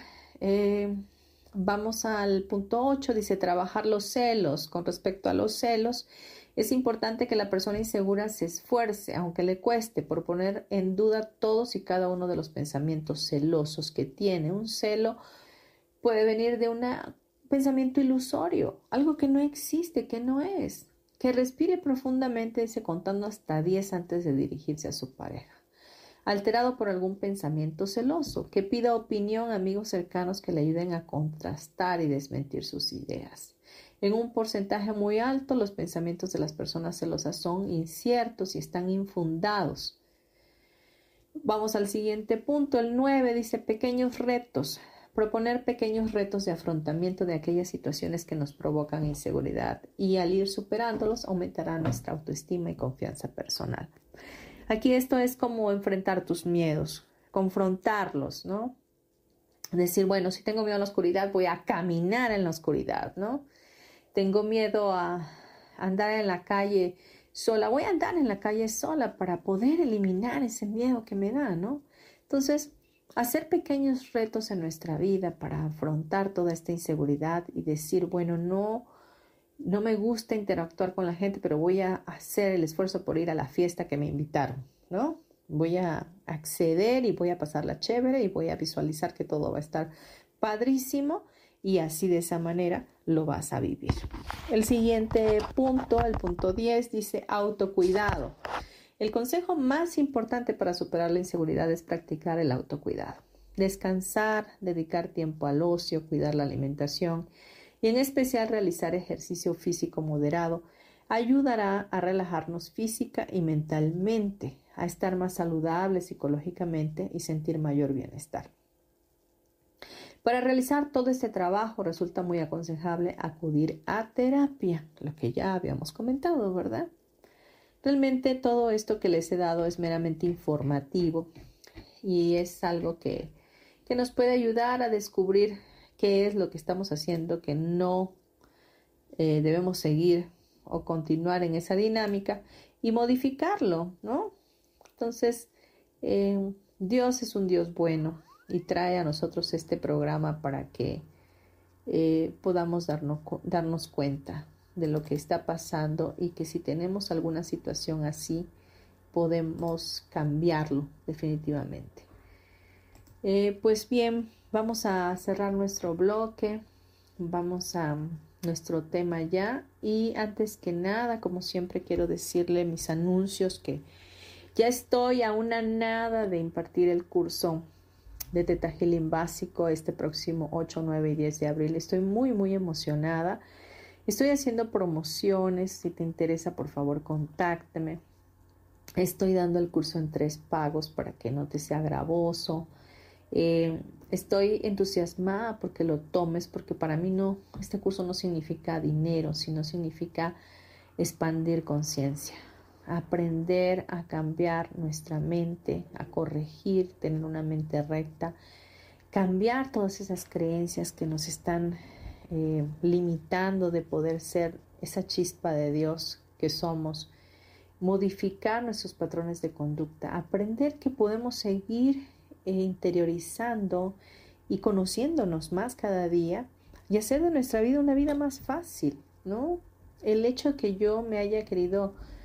Vamos al punto 8, dice trabajar los celos. Con respecto a los celos, es importante que la persona insegura se esfuerce, aunque le cueste, por poner en duda todos y cada uno de los pensamientos celosos que tiene. Un celo puede venir de un pensamiento ilusorio, algo que no existe, que no es. Que respire profundamente, dice, contando hasta 10 antes de dirigirse a su pareja. Alterado por algún pensamiento celoso, que pida opinión a amigos cercanos que le ayuden a contrastar y desmentir sus ideas. En un porcentaje muy alto, los pensamientos de las personas celosas son inciertos y están infundados. Vamos al siguiente punto, el 9, dice pequeños retos. Proponer pequeños retos de afrontamiento de aquellas situaciones que nos provocan inseguridad y al ir superándolos aumentará nuestra autoestima y confianza personal. Aquí esto es como enfrentar tus miedos, confrontarlos, ¿no? Decir, bueno, si tengo miedo a la oscuridad, voy a caminar en la oscuridad, ¿no? Tengo miedo a andar en la calle sola, voy a andar en la calle sola para poder eliminar ese miedo que me da, ¿no? Entonces, hacer pequeños retos en nuestra vida para afrontar toda esta inseguridad y decir, bueno, no me gusta interactuar con la gente, pero voy a hacer el esfuerzo por ir a la fiesta que me invitaron, ¿no? Voy a acceder y voy a pasarla chévere y voy a visualizar que todo va a estar padrísimo y así de esa manera lo vas a vivir. El siguiente punto, el punto 10, dice autocuidado. El consejo más importante para superar la inseguridad es practicar el autocuidado. Descansar, dedicar tiempo al ocio, cuidar la alimentación y en especial realizar ejercicio físico moderado ayudará a relajarnos física y mentalmente, a estar más saludables psicológicamente y sentir mayor bienestar. Para realizar todo este trabajo resulta muy aconsejable acudir a terapia, lo que ya habíamos comentado, ¿verdad? Realmente todo esto que les he dado es meramente informativo y es algo que nos puede ayudar a descubrir qué es lo que estamos haciendo, que no debemos seguir o continuar en esa dinámica y modificarlo, ¿no? Entonces, Dios es un Dios bueno y trae a nosotros este programa para que podamos darnos cuenta de lo que está pasando y que si tenemos alguna situación así, podemos cambiarlo definitivamente. Pues bien, vamos a cerrar nuestro bloque, vamos a nuestro tema ya y antes que nada, como siempre, quiero decirle mis anuncios que ya estoy a una nada de impartir el curso de Theta Healing básico este próximo 8, 9 y 10 de abril. Estoy muy emocionada. Estoy haciendo promociones. Si te interesa, por favor, contácteme. Estoy dando el curso en 3 pagos para que no te sea gravoso. Estoy entusiasmada porque lo tomes, porque para mí este curso no significa dinero, sino significa expandir conciencia, aprender a cambiar nuestra mente, a corregir, tener una mente recta, cambiar todas esas creencias que nos están limitando de poder ser esa chispa de Dios que somos, modificar nuestros patrones de conducta, aprender que podemos seguir interiorizando y conociéndonos más cada día y hacer de nuestra vida una vida más fácil, ¿no? El hecho de que yo me haya querido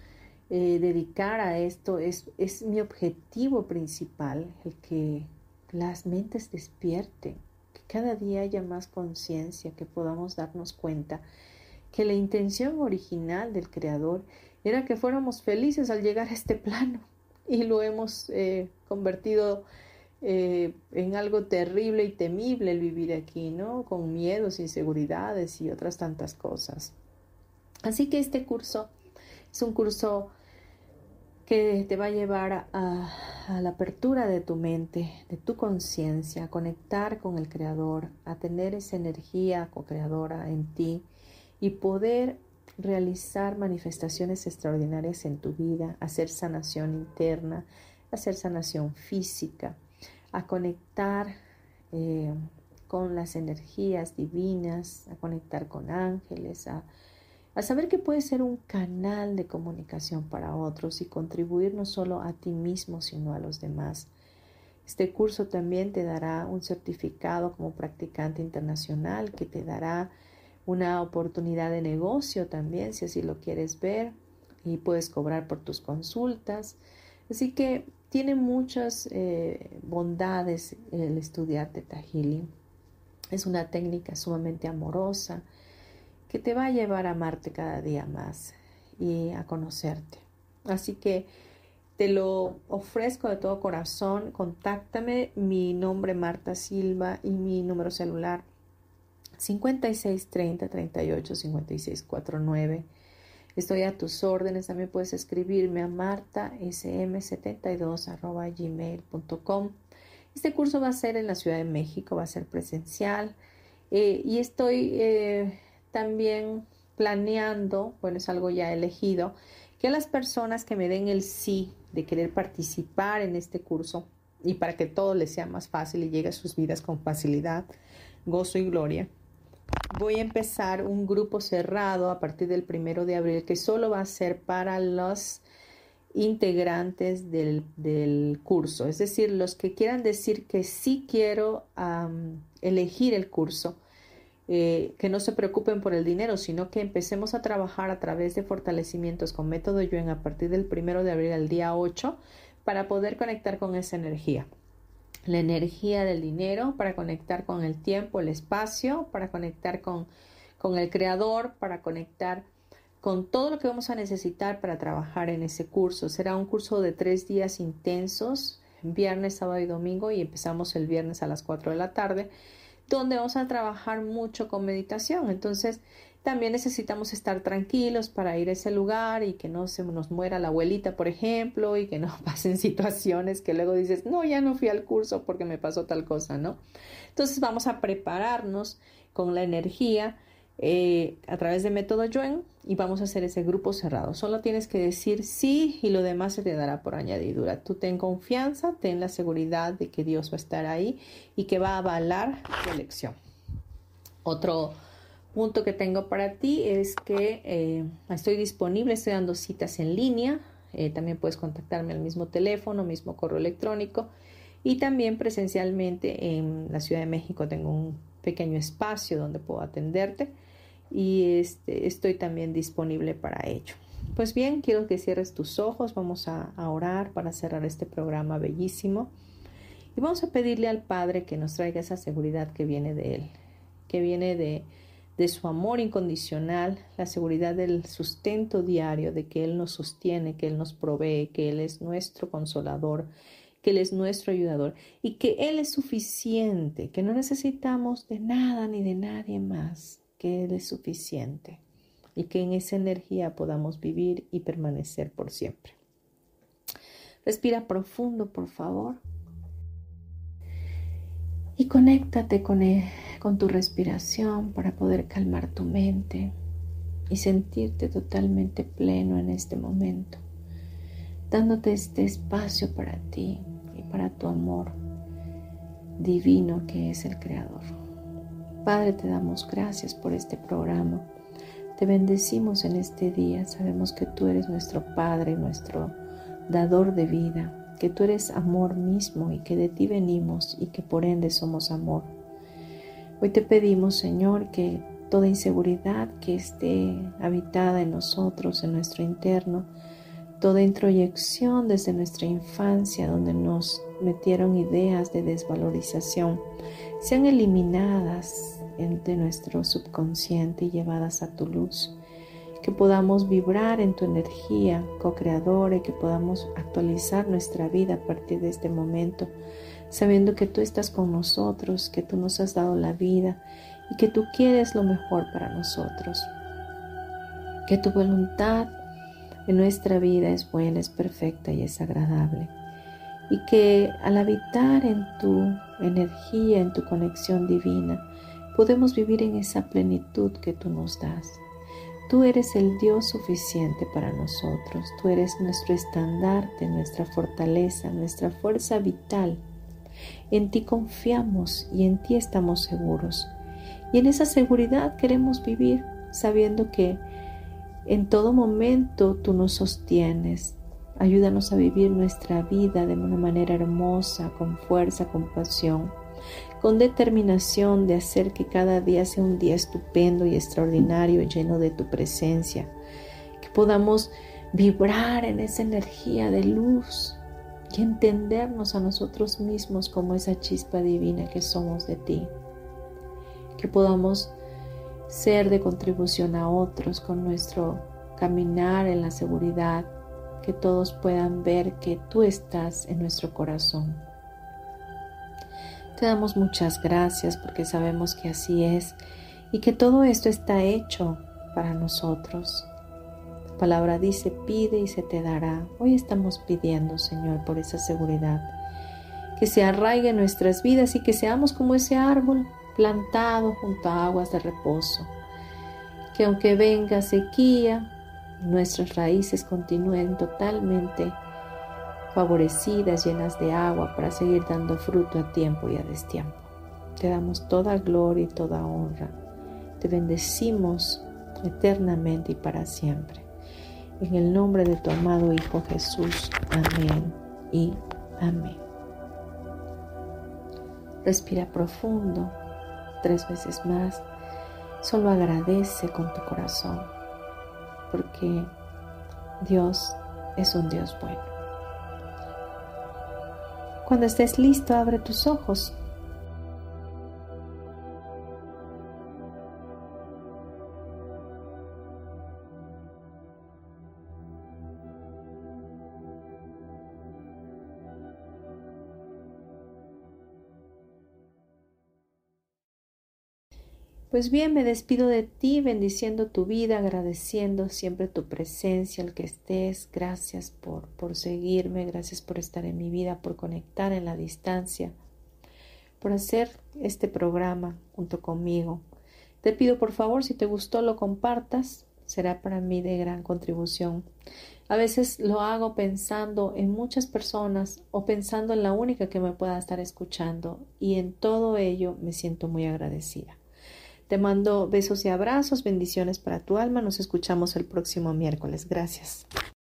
dedicar a esto, es mi objetivo principal, el que las mentes despierten, que cada día haya más conciencia, que podamos darnos cuenta que la intención original del Creador era que fuéramos felices al llegar a este plano, y lo hemos convertido en algo terrible y temible el vivir aquí, ¿no? Con miedos, inseguridades y otras tantas cosas. Así que este curso es un curso que te va a llevar a la apertura de tu mente, de tu conciencia, a conectar con el Creador, a tener esa energía co-creadora en ti y poder realizar manifestaciones extraordinarias en tu vida, hacer sanación interna, hacer sanación física, a conectar con las energías divinas, a conectar con ángeles, a saber que puedes ser un canal de comunicación para otros y contribuir no solo a ti mismo, sino a los demás. Este curso también te dará un certificado como practicante internacional que te dará una oportunidad de negocio también, si así lo quieres ver, y puedes cobrar por tus consultas. Así que tiene muchas bondades el estudiar Theta Healing. Es una técnica sumamente amorosa que te va a llevar a amarte cada día más y a conocerte. Así que te lo ofrezco de todo corazón. Contáctame, mi nombre Marta Silva y mi número celular 5630-385649. Estoy a tus órdenes. También puedes escribirme a martasm72@gmail.com. Este curso va a ser en la Ciudad de México, va a ser presencial y estoy también planeando, bueno, es algo ya elegido, que las personas que me den el sí de querer participar en este curso y para que todo les sea más fácil y llegue a sus vidas con facilidad, gozo y gloria, voy a empezar un grupo cerrado a partir del 1 de abril que solo va a ser para los integrantes del curso, es decir, los que quieran decir que sí quiero elegir el curso, que no se preocupen por el dinero, sino que empecemos a trabajar a través de fortalecimientos con método Yuen a partir del 1 de abril al día 8 para poder conectar con esa energía. La energía del dinero, para conectar con el tiempo, el espacio, para conectar con el Creador, para conectar con todo lo que vamos a necesitar para trabajar en ese curso. Será un curso de 3 días intensos, viernes, sábado y domingo, y empezamos el viernes a las 4 de la tarde, donde vamos a trabajar mucho con meditación. Entonces, también necesitamos estar tranquilos para ir a ese lugar y que no se nos muera la abuelita, por ejemplo, y que no pasen situaciones que luego dices, no, ya no fui al curso porque me pasó tal cosa, ¿no? Entonces, vamos a prepararnos con la energía a través de método Yuen y vamos a hacer ese grupo cerrado. Solo tienes que decir sí y lo demás se te dará por añadidura. Tú ten confianza, ten la seguridad de que Dios va a estar ahí y que va a avalar tu elección. Otro punto que tengo para ti es que estoy disponible, estoy dando citas en línea. También puedes contactarme al mismo teléfono, mismo correo electrónico, y también presencialmente en la Ciudad de México tengo un pequeño espacio donde puedo atenderte y estoy también disponible para ello. Pues bien, quiero que cierres tus ojos, vamos a orar para cerrar este programa bellísimo y vamos a pedirle al Padre que nos traiga esa seguridad que viene de Él, que viene de su amor incondicional, la seguridad del sustento diario, de que Él nos sostiene, que Él nos provee, que Él es nuestro consolador, que Él es nuestro ayudador y que Él es suficiente, que no necesitamos de nada ni de nadie más, que Él es suficiente y que en esa energía podamos vivir y permanecer por siempre. Respira profundo, por favor, y conéctate con tu respiración para poder calmar tu mente y sentirte totalmente pleno en este momento, dándote este espacio para ti y para tu amor divino que es el Creador. Padre, te damos gracias por este programa. Te bendecimos en este día. Sabemos que tú eres nuestro Padre, nuestro dador de vida, que tú eres amor mismo y que de ti venimos y que por ende somos amor. Hoy te pedimos, Señor, que toda inseguridad que esté habitada en nosotros, en nuestro interno, toda introyección desde nuestra infancia donde nos metieron ideas de desvalorización, sean eliminadas de nuestro subconsciente y llevadas a tu luz. Que podamos vibrar en tu energía co-creadora y que podamos actualizar nuestra vida a partir de este momento, sabiendo que tú estás con nosotros, que tú nos has dado la vida y que tú quieres lo mejor para nosotros. Que tu voluntad en nuestra vida es buena, es perfecta y es agradable. Y que al habitar en tu energía, en tu conexión divina, podemos vivir en esa plenitud que tú nos das. Tú eres el Dios suficiente para nosotros. Tú eres nuestro estandarte, nuestra fortaleza, nuestra fuerza vital. En ti confiamos y en ti estamos seguros. Y en esa seguridad queremos vivir, sabiendo que en todo momento tú nos sostienes. Ayúdanos a vivir nuestra vida de una manera hermosa, con fuerza, con pasión, con determinación de hacer que cada día sea un día estupendo y extraordinario, lleno de tu presencia. Que podamos vibrar en esa energía de luz y entendernos a nosotros mismos como esa chispa divina que somos de ti. Que podamos ser de contribución a otros con nuestro caminar en la seguridad, que todos puedan ver que tú estás en nuestro corazón. Te damos muchas gracias porque sabemos que así es y que todo esto está hecho para nosotros. La palabra dice, pide y se te dará. Hoy estamos pidiendo, Señor, por esa seguridad, que se arraigue en nuestras vidas y que seamos como ese árbol plantado junto a aguas de reposo, que aunque venga sequía, nuestras raíces continúen totalmente favorecidas, llenas de agua para seguir dando fruto a tiempo y a destiempo. Te damos toda gloria y toda honra. Te bendecimos eternamente y para siempre. En el nombre de tu amado Hijo Jesús. Amén y amén. Respira profundo 3 veces más. Solo agradece con tu corazón, porque Dios es un Dios bueno. Cuando estés listo, abre tus ojos. Pues bien, me despido de ti, bendiciendo tu vida, agradeciendo siempre tu presencia, el que estés. Gracias por seguirme, gracias por estar en mi vida, por conectar en la distancia, por hacer este programa junto conmigo. Te pido por favor, si te gustó, lo compartas, será para mí de gran contribución. A veces lo hago pensando en muchas personas o pensando en la única que me pueda estar escuchando, y en todo ello me siento muy agradecida. Te mando besos y abrazos, bendiciones para tu alma. Nos escuchamos el próximo miércoles. Gracias.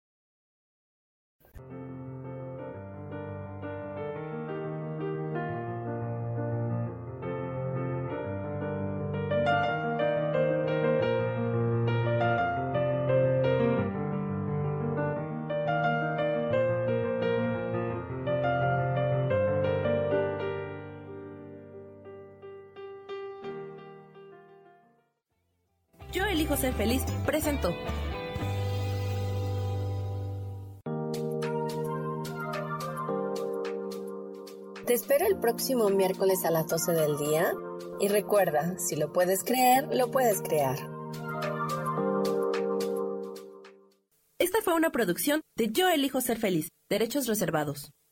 Yo elijo ser feliz presentó. Te espero el próximo miércoles a las 12 del día. Y recuerda, si lo puedes creer, lo puedes crear. Esta fue una producción de Yo elijo ser feliz. Derechos reservados.